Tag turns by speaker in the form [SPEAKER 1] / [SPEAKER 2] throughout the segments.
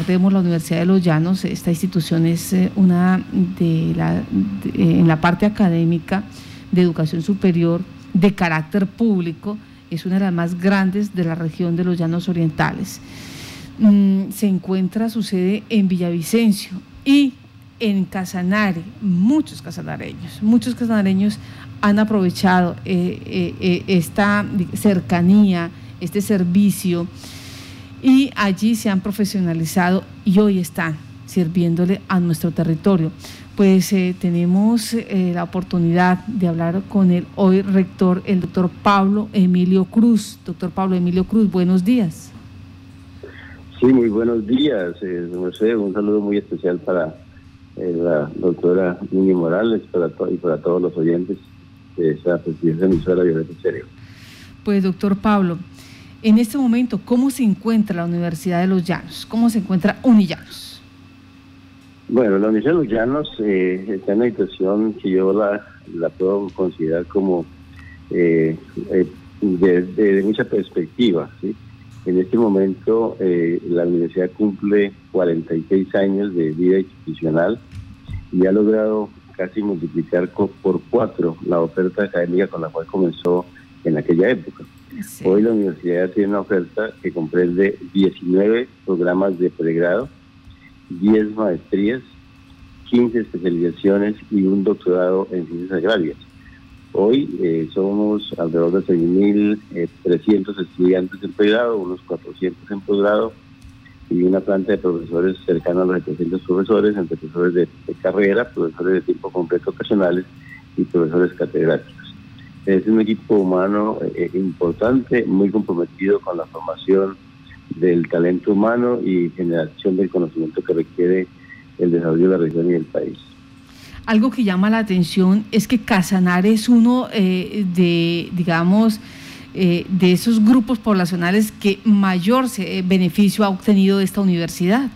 [SPEAKER 1] recordemos, la Universidad de los Llanos, esta institución es una en la parte académica de educación superior de carácter público, es una de las más grandes de la región de los Llanos Orientales. Su sede en Villavicencio y en Casanare. Muchos casanareños han aprovechado esta cercanía, este servicio, y allí se han profesionalizado y hoy están sirviéndole a nuestro territorio. Pues tenemos la oportunidad de hablar con el hoy rector, el doctor Pablo Emilio Cruz. Doctor Pablo Emilio Cruz, buenos días.
[SPEAKER 2] Sí, muy buenos días. Un saludo muy especial para la doctora Mini Morales y para todos los oyentes de esa prestigiosa emisora Violeta Estéreo.
[SPEAKER 1] Pues doctor Pablo, en este momento, ¿cómo se encuentra la Universidad de los Llanos? ¿Cómo se encuentra Unillanos?
[SPEAKER 2] Bueno, la Universidad de los Llanos está en una situación que yo la puedo considerar como de mucha perspectiva, ¿sí? En este momento la universidad cumple 46 años de vida institucional y ha logrado casi multiplicar por 4 la oferta académica con la cual comenzó en aquella época. Sí. Hoy la universidad tiene una oferta que comprende 19 programas de pregrado, 10 maestrías, 15 especializaciones y un doctorado en ciencias agrarias. Hoy somos alrededor de 6.300 estudiantes en pregrado, unos 400 en posgrado y una planta de profesores cercana a los 700 profesores, entre profesores de carrera, profesores de tiempo completo ocasionales y profesores catedráticos. Es un equipo humano importante, muy comprometido con la formación del talento humano y generación del conocimiento que requiere el desarrollo de la región y del país.
[SPEAKER 1] Algo que llama la atención es que Casanare es uno de esos grupos poblacionales que mayor beneficio ha obtenido de esta universidad.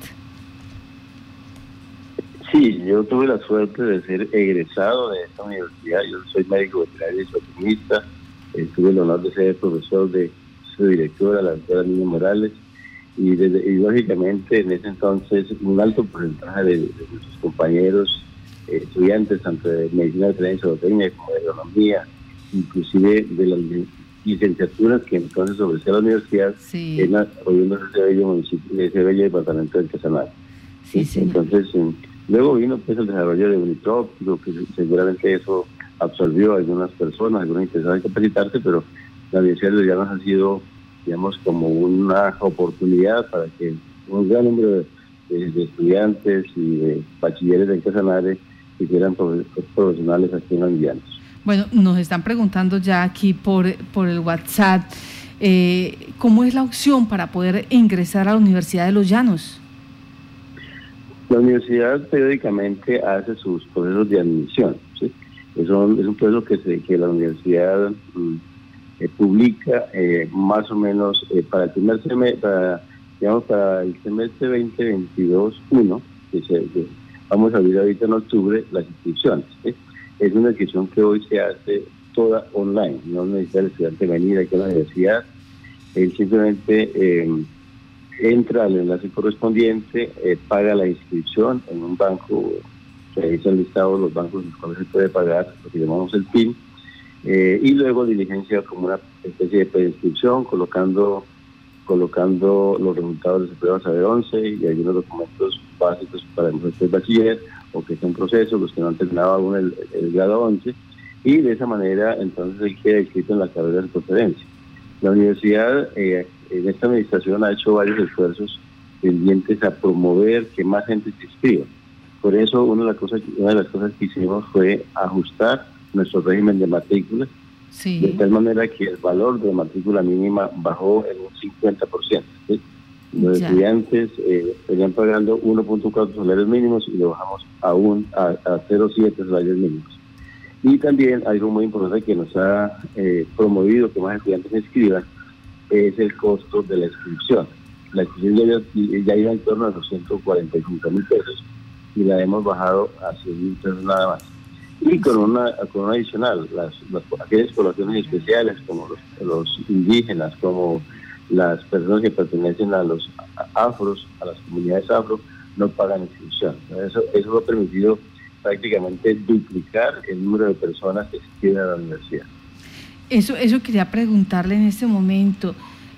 [SPEAKER 2] Sí, yo tuve la suerte de ser egresado de esta universidad. Yo soy médico veterinario y zootecnista. Tuve el honor de ser profesor de su directora, la doctora Mini Morales, y lógicamente en ese entonces un alto porcentaje de nuestros compañeros estudiantes, tanto de medicina veterinaria y zootecnia como de agronomía, inclusive de las licenciaturas que entonces ofrecía la universidad, sí, oriundos de ese bello departamento del Casanare.
[SPEAKER 1] Sí,
[SPEAKER 2] entonces, luego vino pues el desarrollo de Uniprop, lo que seguramente eso absorbió a algunas personas, algunos interesados en capacitarse, pero la Universidad de los Llanos ha sido, digamos, como una oportunidad para que un gran número de estudiantes y de bachilleres en Casanare hicieran profesionales aquí en los Llanos.
[SPEAKER 1] Bueno, nos están preguntando ya aquí por el WhatsApp, ¿cómo es la opción para poder ingresar a la Universidad de los Llanos?
[SPEAKER 2] La universidad periódicamente hace sus procesos de admisión, ¿sí? Es un proceso que la universidad publica más o menos para el primer semestre, para el semestre 2022-1, que vamos a abrir ahorita en octubre las inscripciones, ¿sí? Es una inscripción que hoy se hace toda online, no necesita el estudiante venir aquí a la universidad, él simplemente entra al enlace correspondiente, paga la inscripción en un banco, que ahí están listados los bancos en los cuales se puede pagar lo que llamamos el PIN, y luego diligencia como una especie de preinscripción, colocando los resultados de su prueba Saber 11 y algunos documentos básicos para el bachiller o que son procesos, los que no han terminado aún el grado 11, y de esa manera entonces él queda inscrito en la carrera de preferencia. La universidad en esta administración ha hecho varios esfuerzos pendientes a promover que más gente se inscriba. Por eso una de las cosas que hicimos fue ajustar nuestro régimen de matrícula, sí, de tal manera que el valor de matrícula mínima bajó en un 50%. ¿Sí? Los estudiantes venían pagando 1.4 salarios mínimos y lo bajamos a 0.7 salarios mínimos. Y también algo muy importante que nos ha promovido que más estudiantes se inscriban es el costo de la inscripción. La inscripción ya iba en torno a los 145.000 pesos y la hemos bajado a 100.000 pesos nada más. Y con una adicional, aquellas poblaciones especiales como los indígenas, como las personas que pertenecen a los afros, a las comunidades afro, no pagan inscripción. Eso ha permitido prácticamente duplicar el número de personas que asisten a la universidad.
[SPEAKER 1] Eso quería preguntarle en este momento.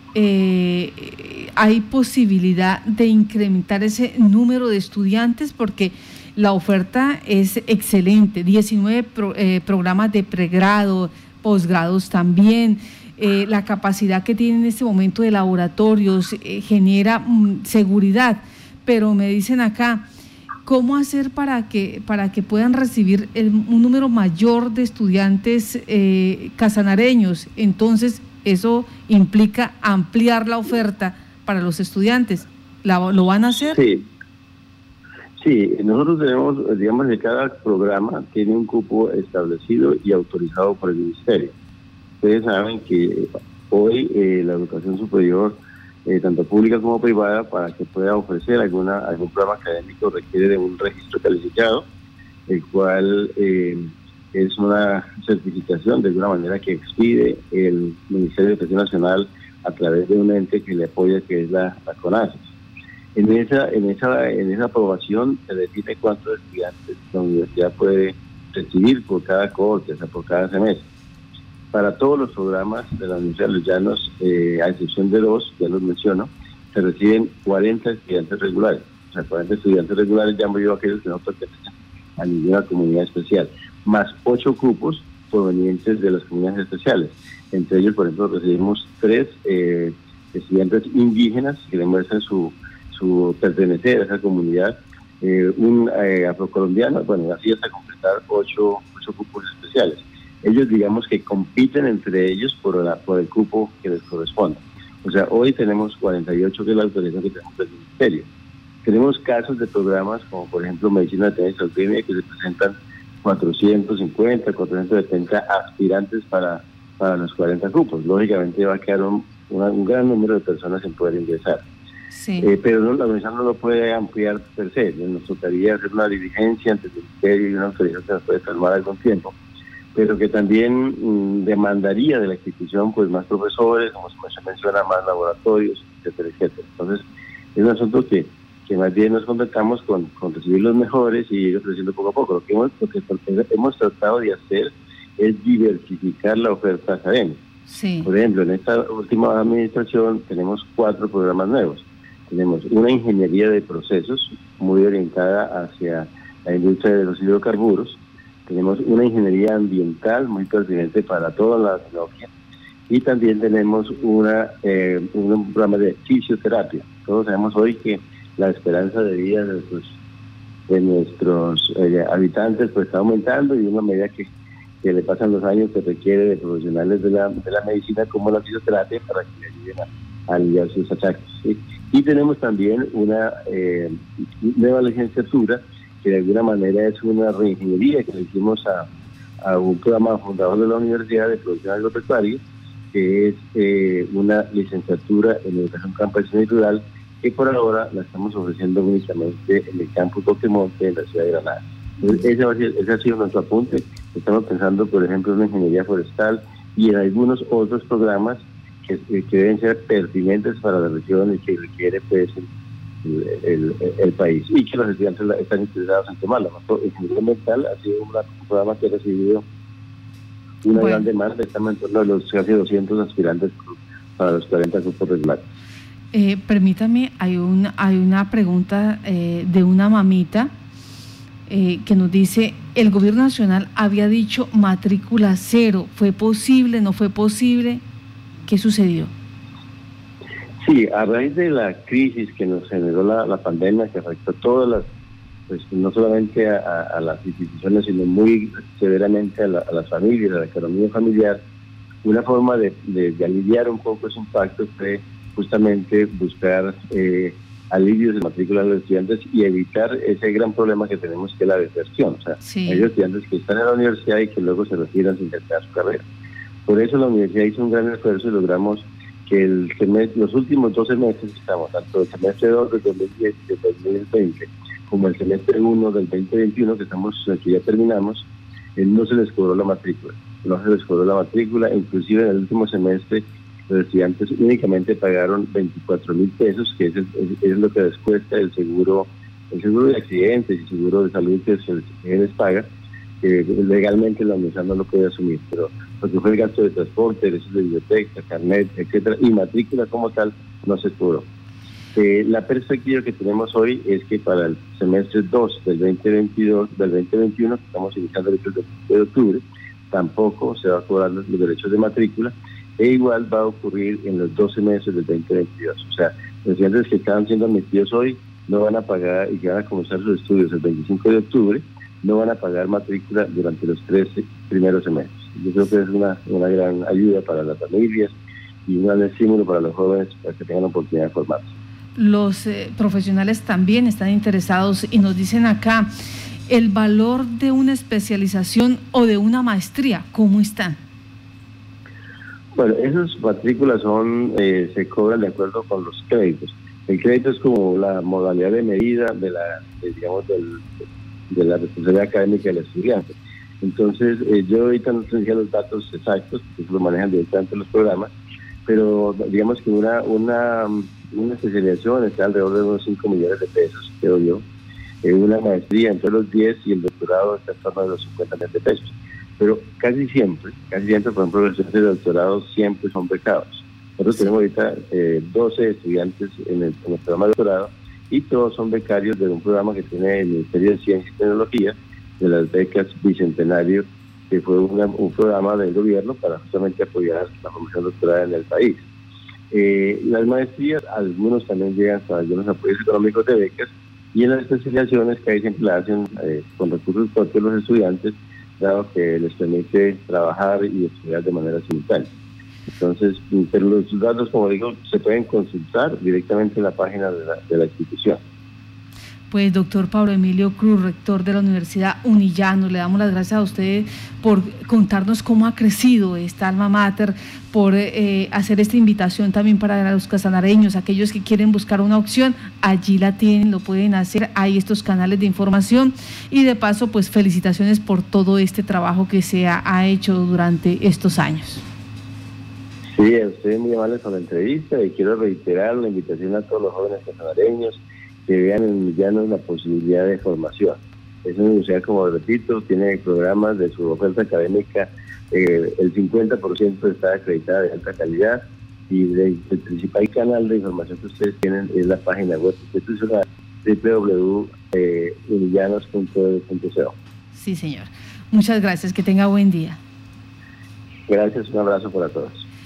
[SPEAKER 1] ¿Hay posibilidad de incrementar ese número de estudiantes? Porque la oferta es excelente, 19 programas de pregrado, posgrados también, la capacidad que tiene en este momento de laboratorios genera seguridad, pero me dicen acá, ¿cómo hacer para que puedan recibir un número mayor de estudiantes casanareños? Entonces, eso implica ampliar la oferta para los estudiantes. ¿Lo van a hacer?
[SPEAKER 2] Sí, nosotros tenemos, digamos, que cada programa tiene un cupo establecido y autorizado por el Ministerio. Ustedes saben que hoy la educación superior, tanto pública como privada, para que pueda ofrecer algún programa académico requiere de un registro calificado, el cual es una certificación de alguna manera que expide el Ministerio de Educación Nacional a través de un ente que le apoya, que es la CONACYT. En esa aprobación se define cuántos estudiantes la universidad puede recibir por cada cohorte, o sea, por cada semestre. Para todos los programas de la Universidad de los Llanos, a excepción de dos, ya los menciono, se reciben 40 estudiantes regulares. O sea, 40 estudiantes regulares, llamo yo a aquellos que no pertenecen a ninguna comunidad especial, más 8 cupos provenientes de las comunidades especiales. Entre ellos, por ejemplo, recibimos 3 estudiantes indígenas que demuestran su pertenecer a esa comunidad, un afrocolombiano, bueno, así hasta completar 8 cupos especiales. Ellos, digamos, que compiten entre ellos por el cupo que les corresponde. O sea, hoy tenemos 48, que es la autorización que tenemos del Ministerio. Tenemos casos de programas como, por ejemplo, Medicina de Alzheimer, que se presentan 450, 470 aspirantes para los 40 cupos. Lógicamente va a quedar un gran número de personas en poder ingresar.
[SPEAKER 1] Sí.
[SPEAKER 2] Pero la organización no lo puede ampliar per se. Nos tocaría hacer una diligencia ante el Ministerio y una autorización que nos puede tomar algún tiempo, pero que también demandaría de la institución pues más profesores, como se menciona, más laboratorios, etcétera, etcétera. Entonces, es un asunto que más bien nos contactamos con recibir los mejores y ir ofreciendo poco a poco. Lo que hemos tratado de hacer es diversificar la oferta académica.
[SPEAKER 1] Sí.
[SPEAKER 2] Por ejemplo, en esta última administración tenemos 4 programas nuevos. Tenemos una ingeniería de procesos muy orientada hacia la industria de los hidrocarburos. Tenemos una ingeniería ambiental muy pertinente para toda la tecnología. Y también tenemos un programa de fisioterapia. Todos sabemos hoy que la esperanza de vida de nuestros habitantes pues está aumentando, y de una medida que le pasan los años se requiere de profesionales de la medicina como la fisioterapia para que le ayuden a aliviar sus achaques, ¿sí? Y tenemos también una nueva licenciatura que de alguna manera es una reingeniería que le hicimos a un programa fundador de la Universidad de Producción Agropecuaria, que es una licenciatura en Educación Campesina y Rural, que por ahora la estamos ofreciendo únicamente en el campus Boquemonte, en la ciudad de Granada. Entonces, ese ha sido nuestro apunte. Estamos pensando, por ejemplo, en la ingeniería forestal y en algunos otros programas que deben ser pertinentes para la región y que requiere pues el país, y que los estudiantes están interesados en tomarlo. Ingeniería ambiental ha sido un programa que ha recibido una gran demanda. Estamos en torno a los casi 200 aspirantes para los 40 grupos regulares.
[SPEAKER 1] Permítame, hay una pregunta de una mamita que nos dice: el gobierno nacional había dicho matrícula cero, ¿fue posible, no fue posible? ¿Qué sucedió?
[SPEAKER 2] Sí, a raíz de la crisis que nos generó la pandemia, que afectó a todas las, pues no solamente a las instituciones, sino muy severamente a las familias, a la economía familiar, una forma de aliviar un poco ese impacto fue justamente buscar alivios de matrícula de los estudiantes y evitar ese gran problema que tenemos, que es la deserción. O sea,
[SPEAKER 1] sí,
[SPEAKER 2] hay estudiantes que están en la universidad y que luego se retiran sin terminar su carrera. Por eso la universidad hizo un gran esfuerzo y logramos que los últimos 12 meses, tanto el semestre 2 del 2020 como el semestre 1 del 2021, que ya terminamos, no se les cobró la matrícula. No se les cobró la matrícula, inclusive en el último semestre los estudiantes únicamente pagaron 24.000 pesos, que es lo que les cuesta el seguro de accidentes y seguro de salud que se les paga, que legalmente la universidad no lo puede asumir, pero porque fue el gasto de transporte, derechos de biblioteca, carnet, etcétera, y matrícula como tal no se cobró. La perspectiva que tenemos hoy es que para el semestre 2 del 2021, que estamos iniciando el 1 de octubre, tampoco se va a cobrar los derechos de matrícula, e igual va a ocurrir en los 12 meses del 2022. O sea, los estudiantes que están siendo admitidos hoy no van a pagar y que van a comenzar sus estudios el 25 de octubre, no van a pagar matrícula durante los 13 primeros semestres. Yo creo que es una gran ayuda para las familias y un gran estímulo para los jóvenes para que tengan la oportunidad de formarse.
[SPEAKER 1] Los profesionales también están interesados y nos dicen acá el valor de una especialización o de una maestría, ¿cómo están?
[SPEAKER 2] Bueno, esas matrículas se cobran de acuerdo con los créditos. El crédito es como la modalidad de medida de la responsabilidad académica del estudiante. Entonces, yo ahorita no tendría los datos exactos, porque lo manejan directamente los programas, pero digamos que una especialización está alrededor de unos 5 millones de pesos, creo yo. Una maestría entre los 10 y el doctorado está en torno a los 50 millones de pesos. Pero casi siempre, por ejemplo, los estudiantes de doctorado siempre son becados. Nosotros tenemos ahorita 12 estudiantes en el programa de doctorado y todos son becarios de un programa que tiene el Ministerio de Ciencia y Tecnología, de las becas Bicentenario, que fue un programa del gobierno para justamente apoyar la formación doctoral en el país. Las maestrías, algunos también llegan hasta algunos apoyos económicos de becas, y en las especializaciones que ahí siempre la hacen con recursos propios los estudiantes, dado que les permite trabajar y estudiar de manera simultánea. Entonces, pero los datos, como digo, se pueden consultar directamente en la página de la institución.
[SPEAKER 1] Pues doctor Pablo Emilio Cruz, rector de la Universidad Unillanos, le damos las gracias a usted por contarnos cómo ha crecido esta alma mater, por hacer esta invitación también para los casanareños, aquellos que quieren buscar una opción, allí la tienen, lo pueden hacer, hay estos canales de información y de paso pues felicitaciones por todo este trabajo que se ha hecho durante estos años.
[SPEAKER 2] Sí, a ustedes muy amables por la entrevista y quiero reiterar la invitación a todos los jóvenes casanareños que vean en Unillanos la posibilidad de formación. Es una universidad, como repito, tiene programas de su oferta académica, el 50% está acreditada de alta calidad y el principal canal de información que ustedes tienen es la página web institucional www.unillanos.edu.co.
[SPEAKER 1] Sí, señor. Muchas gracias, que tenga buen día.
[SPEAKER 2] Gracias, un abrazo para todos.